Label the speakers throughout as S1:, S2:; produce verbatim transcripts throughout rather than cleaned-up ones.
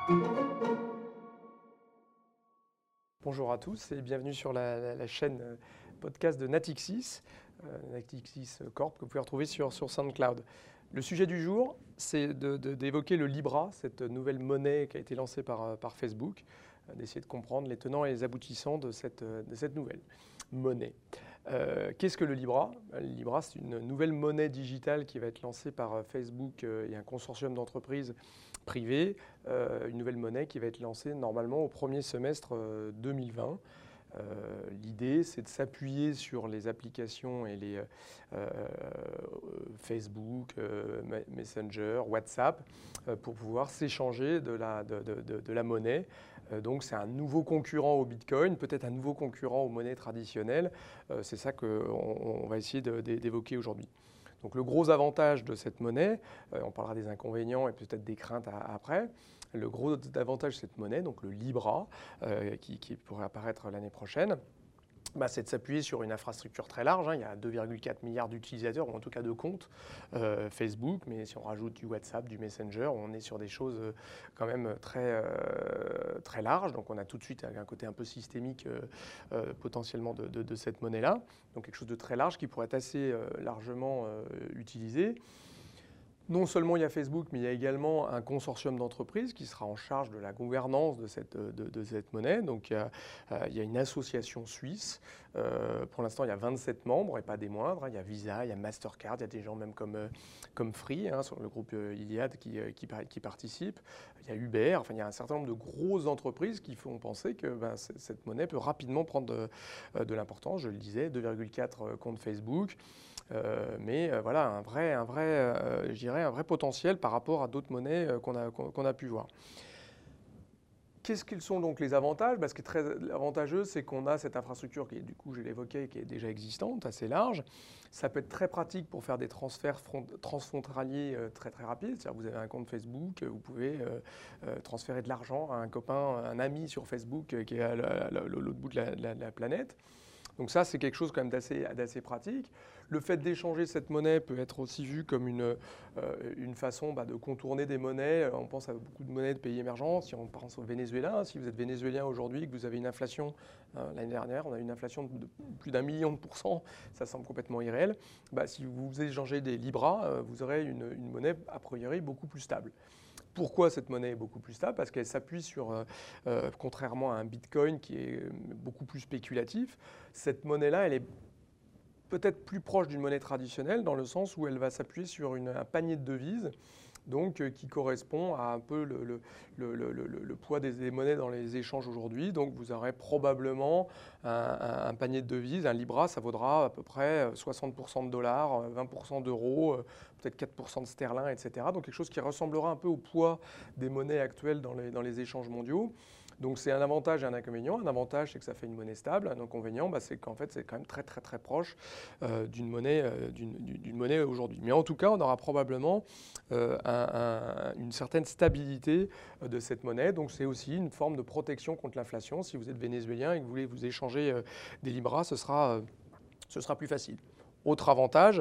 S1: Bonjour à tous et bienvenue sur la, la- la chaîne euh, podcast de Natixis, euh, Natixis Corp, que vous pouvez retrouver sur, sur SoundCloud. Le sujet du jour, c'est de- de- d'évoquer le Libra, cette nouvelle monnaie qui a été lancée par, euh, par Facebook, euh, d'essayer de comprendre les tenants et les aboutissants de cette, euh, de cette nouvelle monnaie. Euh, Qu'est-ce que le Libra? Le Libra, c'est une nouvelle monnaie digitale qui va être lancée par euh, Facebook euh, et un consortium d'entreprises privées, euh, une nouvelle monnaie qui va être lancée normalement au premier semestre euh, deux mille vingt. Euh, L'idée, c'est de s'appuyer sur les applications et les euh, euh, Facebook, euh, Messenger, WhatsApp, euh, pour pouvoir s'échanger de la, de, de- de- de la monnaie. Euh, donc c'est un nouveau concurrent au Bitcoin, peut-être un nouveau concurrent aux monnaies traditionnelles. Euh, c'est ça qu'on on va essayer de- de- d'évoquer aujourd'hui. Donc le gros avantage de cette monnaie, euh, on parlera des inconvénients et peut-être des craintes à- après. Le gros avantage de cette monnaie, donc le Libra, euh, qui, qui pourrait apparaître l'année prochaine, bah, c'est de s'appuyer sur une infrastructure très large, hein. Il y a deux virgule quatre milliards d'utilisateurs, ou en tout cas de comptes euh, Facebook, mais si on rajoute du WhatsApp, du Messenger, on est sur des choses euh, quand même très, euh, très larges. Donc on a tout de suite un côté un peu systémique euh, euh, potentiellement de, de- de cette monnaie-là. Donc quelque chose de très large qui pourrait être assez euh, largement euh, utilisé. Non seulement il y a Facebook, mais il y a également un consortium d'entreprises qui sera en charge de la gouvernance de cette, de, de cette monnaie. Donc il y, a, euh, il y a une association suisse. Euh, pour l'instant, il y a vingt-sept membres et pas des moindres. Il y a Visa, il y a Mastercard, il y a des gens même comme, euh, comme Free, hein, sur le groupe euh, Iliad qui, euh, qui, qui participe. Il y a Uber. Enfin, il y a un certain nombre de grosses entreprises qui font penser que ben, cette monnaie peut rapidement prendre de, de l'importance. Je le disais, deux virgule quatre comptes Facebook. Euh, mais euh, voilà, un vrai, un, vrai, euh, je dirais un vrai potentiel par rapport à d'autres monnaies euh, qu'on a, qu'on, qu'on a pu voir. Qu'est-ce qu'ils sont donc les avantages? Bah, Ce qui est très avantageux, c'est qu'on a cette infrastructure qui est, du coup, je l'évoquais, qui est déjà existante, assez large. Ça peut être très pratique pour faire des transferts front, transfrontaliers euh, très très rapides. C'est-à-dire que vous avez un compte Facebook, vous pouvez euh, euh, transférer de l'argent à un copain, un ami sur Facebook euh, qui est à l'autre bout de la, de la, de la planète. Donc ça, c'est quelque chose quand même d'assez, d'assez pratique. Le fait d'échanger cette monnaie peut être aussi vu comme une, euh, une façon bah, de contourner des monnaies. On pense à beaucoup de monnaies de pays émergents. Si on pense au Venezuela, si vous êtes vénézuélien aujourd'hui et que vous avez une inflation, hein, l'année dernière, on a une inflation de plus d'un million de pourcents, ça semble complètement irréel. Bah, si vous échangez des libras, euh, vous aurez une, une monnaie a priori beaucoup plus stable. Pourquoi cette monnaie est beaucoup plus stable? Parce qu'elle s'appuie sur, euh, euh, contrairement à un Bitcoin qui est beaucoup plus spéculatif, cette monnaie-là, elle est peut-être plus proche d'une monnaie traditionnelle dans le sens où elle va s'appuyer sur une, un panier de devises, donc euh, qui correspond à un peu le, le, le, le, le, le poids des, des monnaies dans les échanges aujourd'hui. Donc vous aurez probablement un, un, un panier de devises, un Libra, ça vaudra à peu près soixante pour cent de dollars, vingt pour cent d'euros, peut-être quatre pour cent de sterling, et cetera. Donc quelque chose qui ressemblera un peu au poids des monnaies actuelles dans les, dans les échanges mondiaux. Donc c'est un avantage et un inconvénient. Un avantage, c'est que ça fait une monnaie stable. Un inconvénient, bah, c'est qu'en fait, c'est quand même très très très proche euh, d'une monnaie, euh, d'une, d'une monnaie aujourd'hui. Mais en tout cas, on aura probablement euh, un, un, une certaine stabilité euh, de cette monnaie. Donc c'est aussi une forme de protection contre l'inflation. Si vous êtes vénézuélien et que vous voulez vous échanger euh, des libras, ce sera, euh, ce sera plus facile. Autre avantage,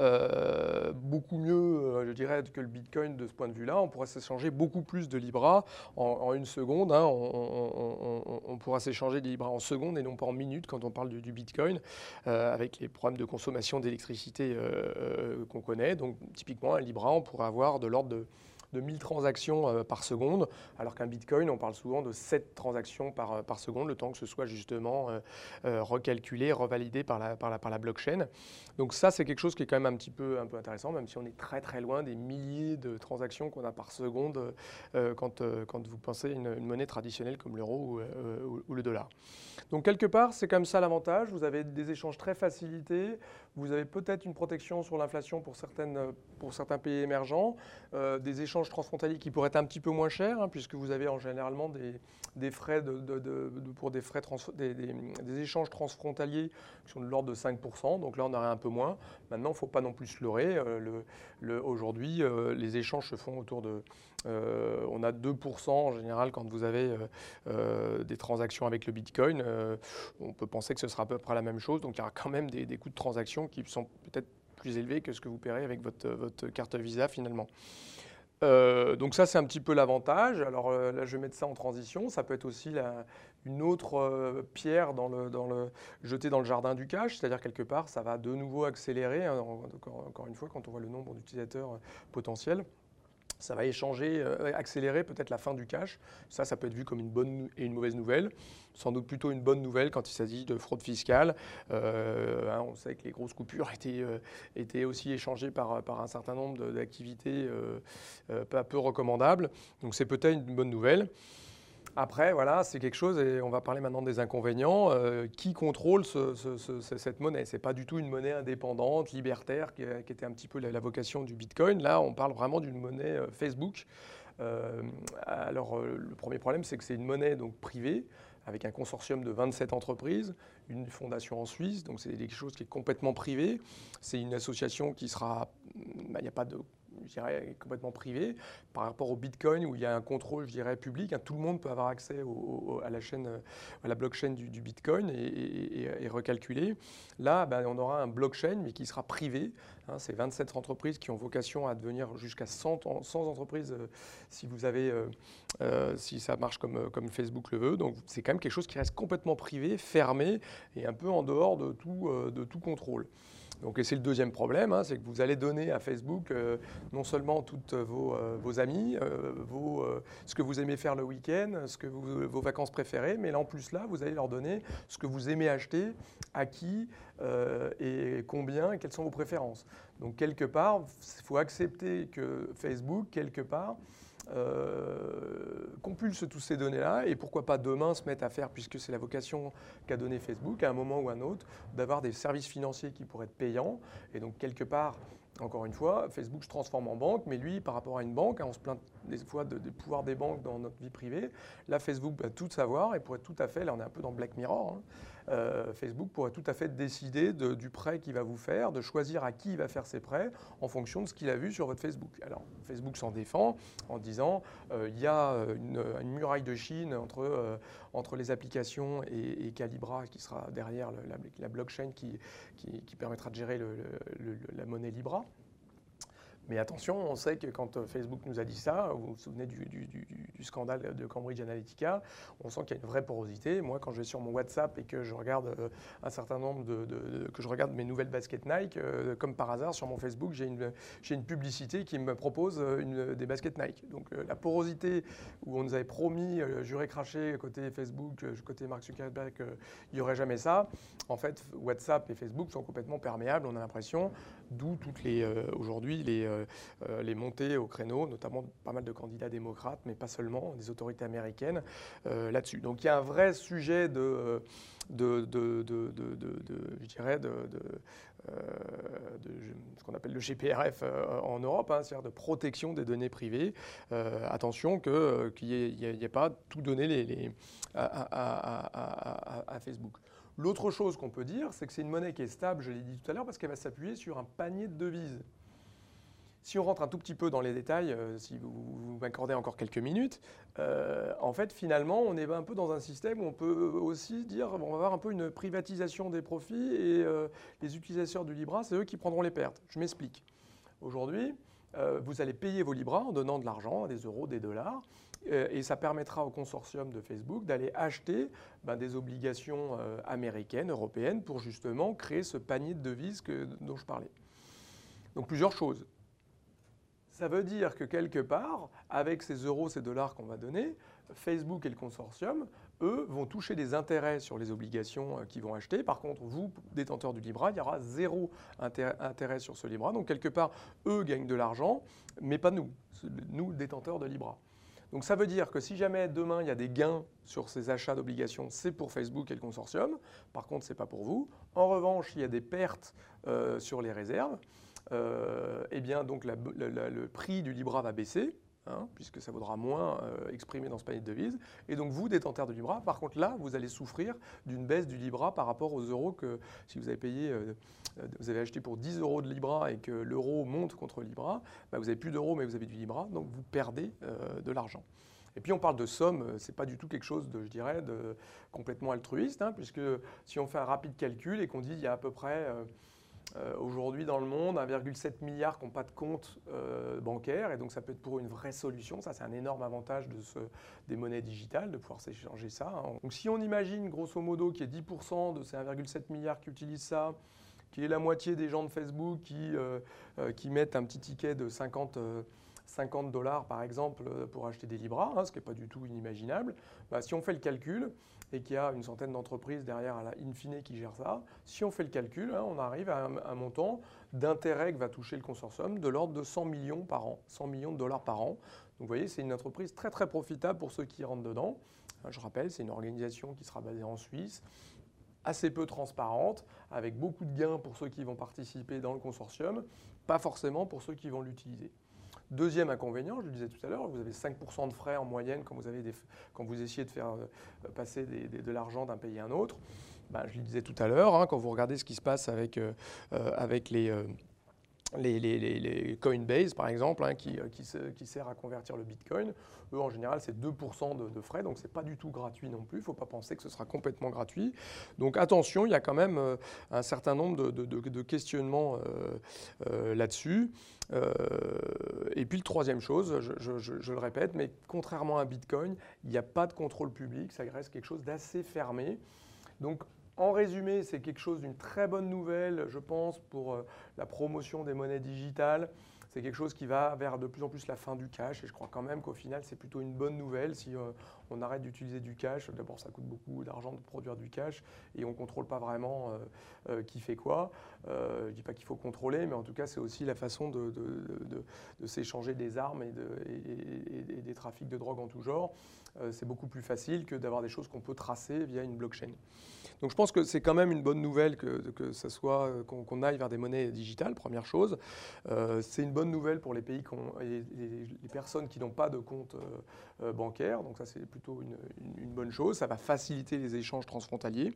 S1: euh, beaucoup mieux, euh, je dirais, que le Bitcoin de ce point de vue-là. On pourra s'échanger beaucoup plus de Libra en, en une seconde. Hein. On, on, on, on, pourra s'échanger des Libra en secondes et non pas en minutes quand on parle du, du Bitcoin, euh, avec les problèmes de consommation d'électricité euh, euh, qu'on connaît. Donc, typiquement, un Libra, on pourrait avoir de l'ordre de de mille transactions euh, par seconde, alors qu'un Bitcoin, on parle souvent de sept transactions par, par seconde, le temps que ce soit justement euh, euh, recalculé, revalidé par la, par la, par la blockchain. Donc ça, c'est quelque chose qui est quand même un petit peu, un peu intéressant, même si on est très très loin des milliers de transactions qu'on a par seconde euh, quand, euh, quand vous pensez à une, une monnaie traditionnelle comme l'euro ou, euh, ou, ou le dollar. Donc quelque part, c'est comme ça l'avantage. Vous avez des échanges très facilités. Vous avez peut-être une protection sur l'inflation pour, pour certains pays émergents. Euh, des échanges transfrontaliers qui pourraient être un petit peu moins chers, hein, puisque vous avez en généralement des, des frais de, de, de, de, pour des, frais trans, des, des, des échanges transfrontaliers qui sont de l'ordre de cinq pour cent. Donc là, on aurait un peu moins. Maintenant, il ne faut pas non plus se leurrer. Euh, le, le, aujourd'hui, euh, les échanges se font autour de... Euh, on a deux pour cent en général quand vous avez euh, euh, des transactions avec le Bitcoin. Euh, on peut penser que ce sera à peu près la même chose. Donc il y aura quand même des, des coûts de transaction qui sont peut-être plus élevés que ce que vous paierez avec votre, votre carte Visa finalement. Euh, donc ça, c'est un petit peu l'avantage. Alors euh, là, je vais mettre ça en transition. Ça peut être aussi la- une autre euh, pierre dans le, dans le, jetée dans le jardin du cache, c'est-à-dire quelque part, ça va de nouveau accélérer, hein, encore, encore une fois, quand on voit le nombre d'utilisateurs euh, potentiels. Ça va échanger, euh, accélérer peut-être la fin du cache. Ça, ça peut être vu comme une bonne et une mauvaise nouvelle. Sans doute plutôt une bonne nouvelle quand il s'agit de fraude fiscale. Euh, hein, on sait que les grosses coupures étaient, euh, étaient aussi échangées par, par un certain nombre d'activités euh, euh, pas peu recommandables. Donc c'est peut-être une bonne nouvelle. Après, voilà, c'est quelque chose, et on va parler maintenant des inconvénients. Euh, qui contrôle ce- ce- ce- cette monnaie? Ce n'est pas du tout une monnaie indépendante, libertaire, qui, qui était un petit peu la, la vocation du Bitcoin. Là, on parle vraiment d'une monnaie euh, Facebook. Euh, alors, euh, le premier problème, c'est que c'est une monnaie donc, privée, avec un consortium de vingt-sept entreprises, une fondation en Suisse, donc c'est quelque chose qui est complètement privé. C'est une association qui sera... bah, il n'y a pas de... je dirais, complètement privée par rapport au Bitcoin où il y a un contrôle, je dirais, public. Hein, tout le monde peut avoir accès au, au, à la chaîne, à la blockchain du, du Bitcoin et, et, et recalculer. Là, ben, on aura un blockchain, mais qui sera privé. Hein, c'est vingt-sept entreprises qui ont vocation à devenir jusqu'à cent, cent entreprises euh, si vous avez, euh, euh, si ça marche comme, comme Facebook le veut. Donc, c'est quand même quelque chose qui reste complètement privé, fermé et un peu en dehors de tout, euh, de tout contrôle. Donc, et c'est le deuxième problème, hein, c'est que vous allez donner à Facebook euh, non seulement toutes vos, euh, vos amis, euh, vos, euh, ce que vous aimez faire le week-end, ce que vous, vos vacances préférées, mais là en plus là, vous allez leur donner ce que vous aimez acheter, à qui euh, et combien, et quelles sont vos préférences. Donc quelque part, il faut accepter que Facebook, quelque part, euh, compulse toutes ces données-là et pourquoi pas demain se mettre à faire, puisque c'est la vocation qu'a donné Facebook, à un moment ou à un autre, d'avoir des services financiers qui pourraient être payants. Et donc quelque part, encore une fois, Facebook se transforme en banque, mais lui, par rapport à une banque, hein, on se plaint des fois des de pouvoirs des banques dans notre vie privée. Là, Facebook va tout savoir et pourrait tout à fait, là on est un peu dans Black Mirror, hein, euh, Facebook pourrait tout à fait décider de, du prêt qu'il va vous faire, de choisir à qui il va faire ses prêts en fonction de ce qu'il a vu sur votre Facebook. Alors, Facebook s'en défend en disant euh, il y a une, une muraille de Chine entre, euh, entre les applications et, et Calibra qui sera derrière le, la, la blockchain qui, qui, qui permettra de gérer le, le, le, la monnaie Libra. Mais attention, on sait que quand Facebook nous a dit ça, vous vous souvenez du, du, du, du scandale de Cambridge Analytica, on sent qu'il y a une vraie porosité. Moi, quand je vais sur mon WhatsApp et que je regarde euh, un certain nombre de, de, de, que je regarde mes nouvelles baskets Nike, euh, comme par hasard sur mon Facebook, j'ai une, j'ai une publicité qui me propose une, des baskets Nike. Donc euh, la porosité où on nous avait promis, euh, juré craché côté Facebook, euh, côté Mark Zuckerberg, euh, il n'y aurait jamais ça. En fait, WhatsApp et Facebook sont complètement perméables, on a l'impression, d'où toutes les euh, aujourd'hui les Euh, les montées au créneau, notamment pas mal de candidats démocrates, mais pas seulement, des autorités américaines euh, là-dessus. Donc il y a un vrai sujet de, de, de, de, de, de, de je dirais, de, de, euh, de ce qu'on appelle le G P R F euh, en Europe, hein, c'est-à-dire de protection des données privées. Euh, attention que, euh, qu'il n'y ait, ait pas tout donné les, les, à, à, à, à, à Facebook. L'autre chose qu'on peut dire, c'est que c'est une monnaie qui est stable, je l'ai dit tout à l'heure, parce qu'elle va s'appuyer sur un panier de devises. Si on rentre un tout petit peu dans les détails, euh, si vous, vous m'accordez encore quelques minutes, euh, en fait, finalement, on est un peu dans un système où on peut aussi dire bon, on va avoir un peu une privatisation des profits et euh, les utilisateurs du Libra, c'est eux qui prendront les pertes. Je m'explique. Aujourd'hui, euh, vous allez payer vos Libras en donnant de l'argent, des euros, des dollars, euh, et ça permettra au consortium de Facebook d'aller acheter ben, des obligations euh, américaines, européennes, pour justement créer ce panier de devises que, dont je parlais. Donc plusieurs choses. Ça veut dire que quelque part, avec ces euros, ces dollars qu'on va donner, Facebook et le consortium, eux, vont toucher des intérêts sur les obligations qu'ils vont acheter. Par contre, vous, détenteurs du Libra, il y aura zéro intérêt sur ce Libra. Donc quelque part, eux gagnent de l'argent, mais pas nous, nous, détenteurs de Libra. Donc ça veut dire que si jamais demain il y a des gains sur ces achats d'obligations, c'est pour Facebook et le consortium. Par contre, ce n'est pas pour vous. En revanche, il y a des pertes euh, sur les réserves. Euh, eh bien, donc la, la, la, le prix du Libra va baisser, hein, puisque ça vaudra moins euh, exprimé dans ce panier de devises. Et donc vous, détenteurs de Libra, par contre là, vous allez souffrir d'une baisse du Libra par rapport aux euros que si vous avez payé, euh, vous avez acheté pour dix euros de Libra et que l'euro monte contre le Libra, bah, vous n'avez plus d'euros mais vous avez du Libra, donc vous perdez euh, de l'argent. Et puis on parle de somme, ce n'est pas du tout quelque chose de, je dirais, de complètement altruiste, hein, puisque si on fait un rapide calcul et qu'on dit il y a à peu près... Euh, Euh, Aujourd'hui, dans le monde, un virgule sept milliard qui n'ont pas de compte euh, bancaire, et donc ça peut être pour eux une vraie solution. Ça, c'est un énorme avantage de ce, des monnaies digitales, de pouvoir s'échanger ça. Hein. Donc si on imagine, grosso modo, qu'il y ait dix pour cent de ces un virgule sept milliard qui utilisent ça, qu'il y ait la moitié des gens de Facebook qui, euh, euh, qui mettent un petit ticket de cinquante dollars, par exemple, pour acheter des Libras, hein, ce qui n'est pas du tout inimaginable, bah, si on fait le calcul, et qu'il y a une centaine d'entreprises derrière à la in fine qui gèrent ça, si on fait le calcul, hein, on arrive à un, un montant d'intérêt que va toucher le consortium de l'ordre de cent millions par an, cent millions de dollars par an. Donc vous voyez, c'est une entreprise très très profitable pour ceux qui rentrent dedans. Je rappelle, c'est une organisation qui sera basée en Suisse, assez peu transparente, avec beaucoup de gains pour ceux qui vont participer dans le consortium, pas forcément pour ceux qui vont l'utiliser. Deuxième inconvénient, je le disais tout à l'heure, vous avez cinq pour cent de frais en moyenne quand vous, avez des, quand vous essayez de faire euh, passer des, des, de l'argent d'un pays à un autre. Ben, je le disais tout à l'heure, hein, quand vous regardez ce qui se passe avec, euh, avec les, euh, les, les, les, les Coinbase, par exemple, hein, qui, qui, se, qui sert à convertir le Bitcoin, eux, en général, c'est deux pour cent de, de frais, donc ce n'est pas du tout gratuit non plus. Il ne faut pas penser que ce sera complètement gratuit. Donc attention, il y a quand même euh, un certain nombre de, de, de, de questionnements euh, euh, là-dessus. Euh, et puis, le troisième chose, je, je, je, je le répète, mais contrairement à Bitcoin, il n'y a pas de contrôle public, ça reste quelque chose d'assez fermé. Donc, en résumé, c'est quelque chose d'une très bonne nouvelle, je pense, pour euh, la promotion des monnaies digitales. C'est quelque chose qui va vers de plus en plus la fin du cash et je crois quand même qu'au final, c'est plutôt une bonne nouvelle si euh, on arrête d'utiliser du cash. D'abord, ça coûte beaucoup d'argent de produire du cash et on ne contrôle pas vraiment euh, euh, qui fait quoi. Euh, je ne dis pas qu'il faut contrôler, mais en tout cas, c'est aussi la façon de, de, de, de s'échanger des armes et, de, et, et, et des trafics de drogue en tout genre. Euh, c'est beaucoup plus facile que d'avoir des choses qu'on peut tracer via une blockchain. Donc je pense que c'est quand même une bonne nouvelle que, que ça soit, qu'on, qu'on aille vers des monnaies digitales, première chose. Euh, c'est une bonne nouvelle pour les pays et les, les personnes qui n'ont pas de compte euh, bancaire. Donc ça, c'est plutôt une, une, une bonne chose. Ça va faciliter les échanges transfrontaliers.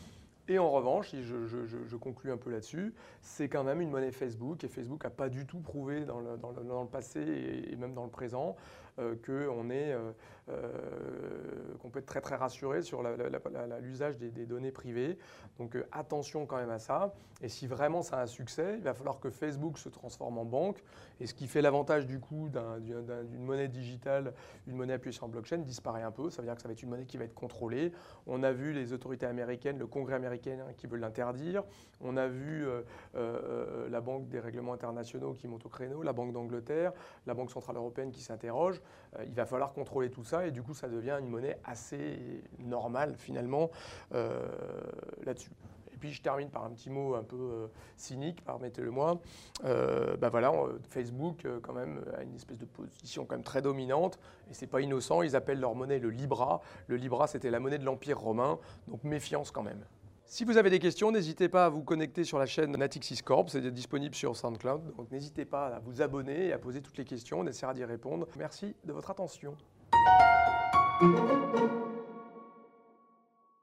S1: Et en revanche, et je, je, je conclue un peu là-dessus, c'est quand même une monnaie Facebook. Et Facebook n'a pas du tout prouvé dans le, dans le, dans le passé et, et même dans le présent euh, qu'on est, euh, euh, qu'on peut être très très rassuré sur la, la, la, la, l'usage des, des données privées. Donc euh, attention quand même à ça. Et si vraiment ça a un succès, il va falloir que Facebook se transforme en banque. Et ce qui fait l'avantage du coup d'un, d'un, d'une monnaie digitale, une monnaie appuyée sur un blockchain, disparaît un peu. Ça veut dire que ça va être une monnaie qui va être contrôlée. On a vu les autorités américaines, le Congrès américain qui veulent l'interdire. On a vu euh, euh, la Banque des règlements internationaux qui monte au créneau, la Banque d'Angleterre, la Banque centrale européenne qui s'interroge. Euh, il va falloir contrôler tout ça et du coup, ça devient une monnaie assez normale finalement euh, là-dessus. Et puis je termine par un petit mot un peu euh, cynique, permettez-le-moi. Euh, ben voilà, on, Facebook euh, quand même a une espèce de position quand même très dominante et c'est pas innocent. Ils appellent leur monnaie le Libra. Le Libra, c'était la monnaie de l'Empire romain, donc méfiance quand même. Si vous avez des questions, n'hésitez pas à vous connecter sur la chaîne Natixis Corp, c'est disponible sur SoundCloud. Donc n'hésitez pas à vous abonner et à poser toutes les questions, on essaiera d'y répondre. Merci de votre attention.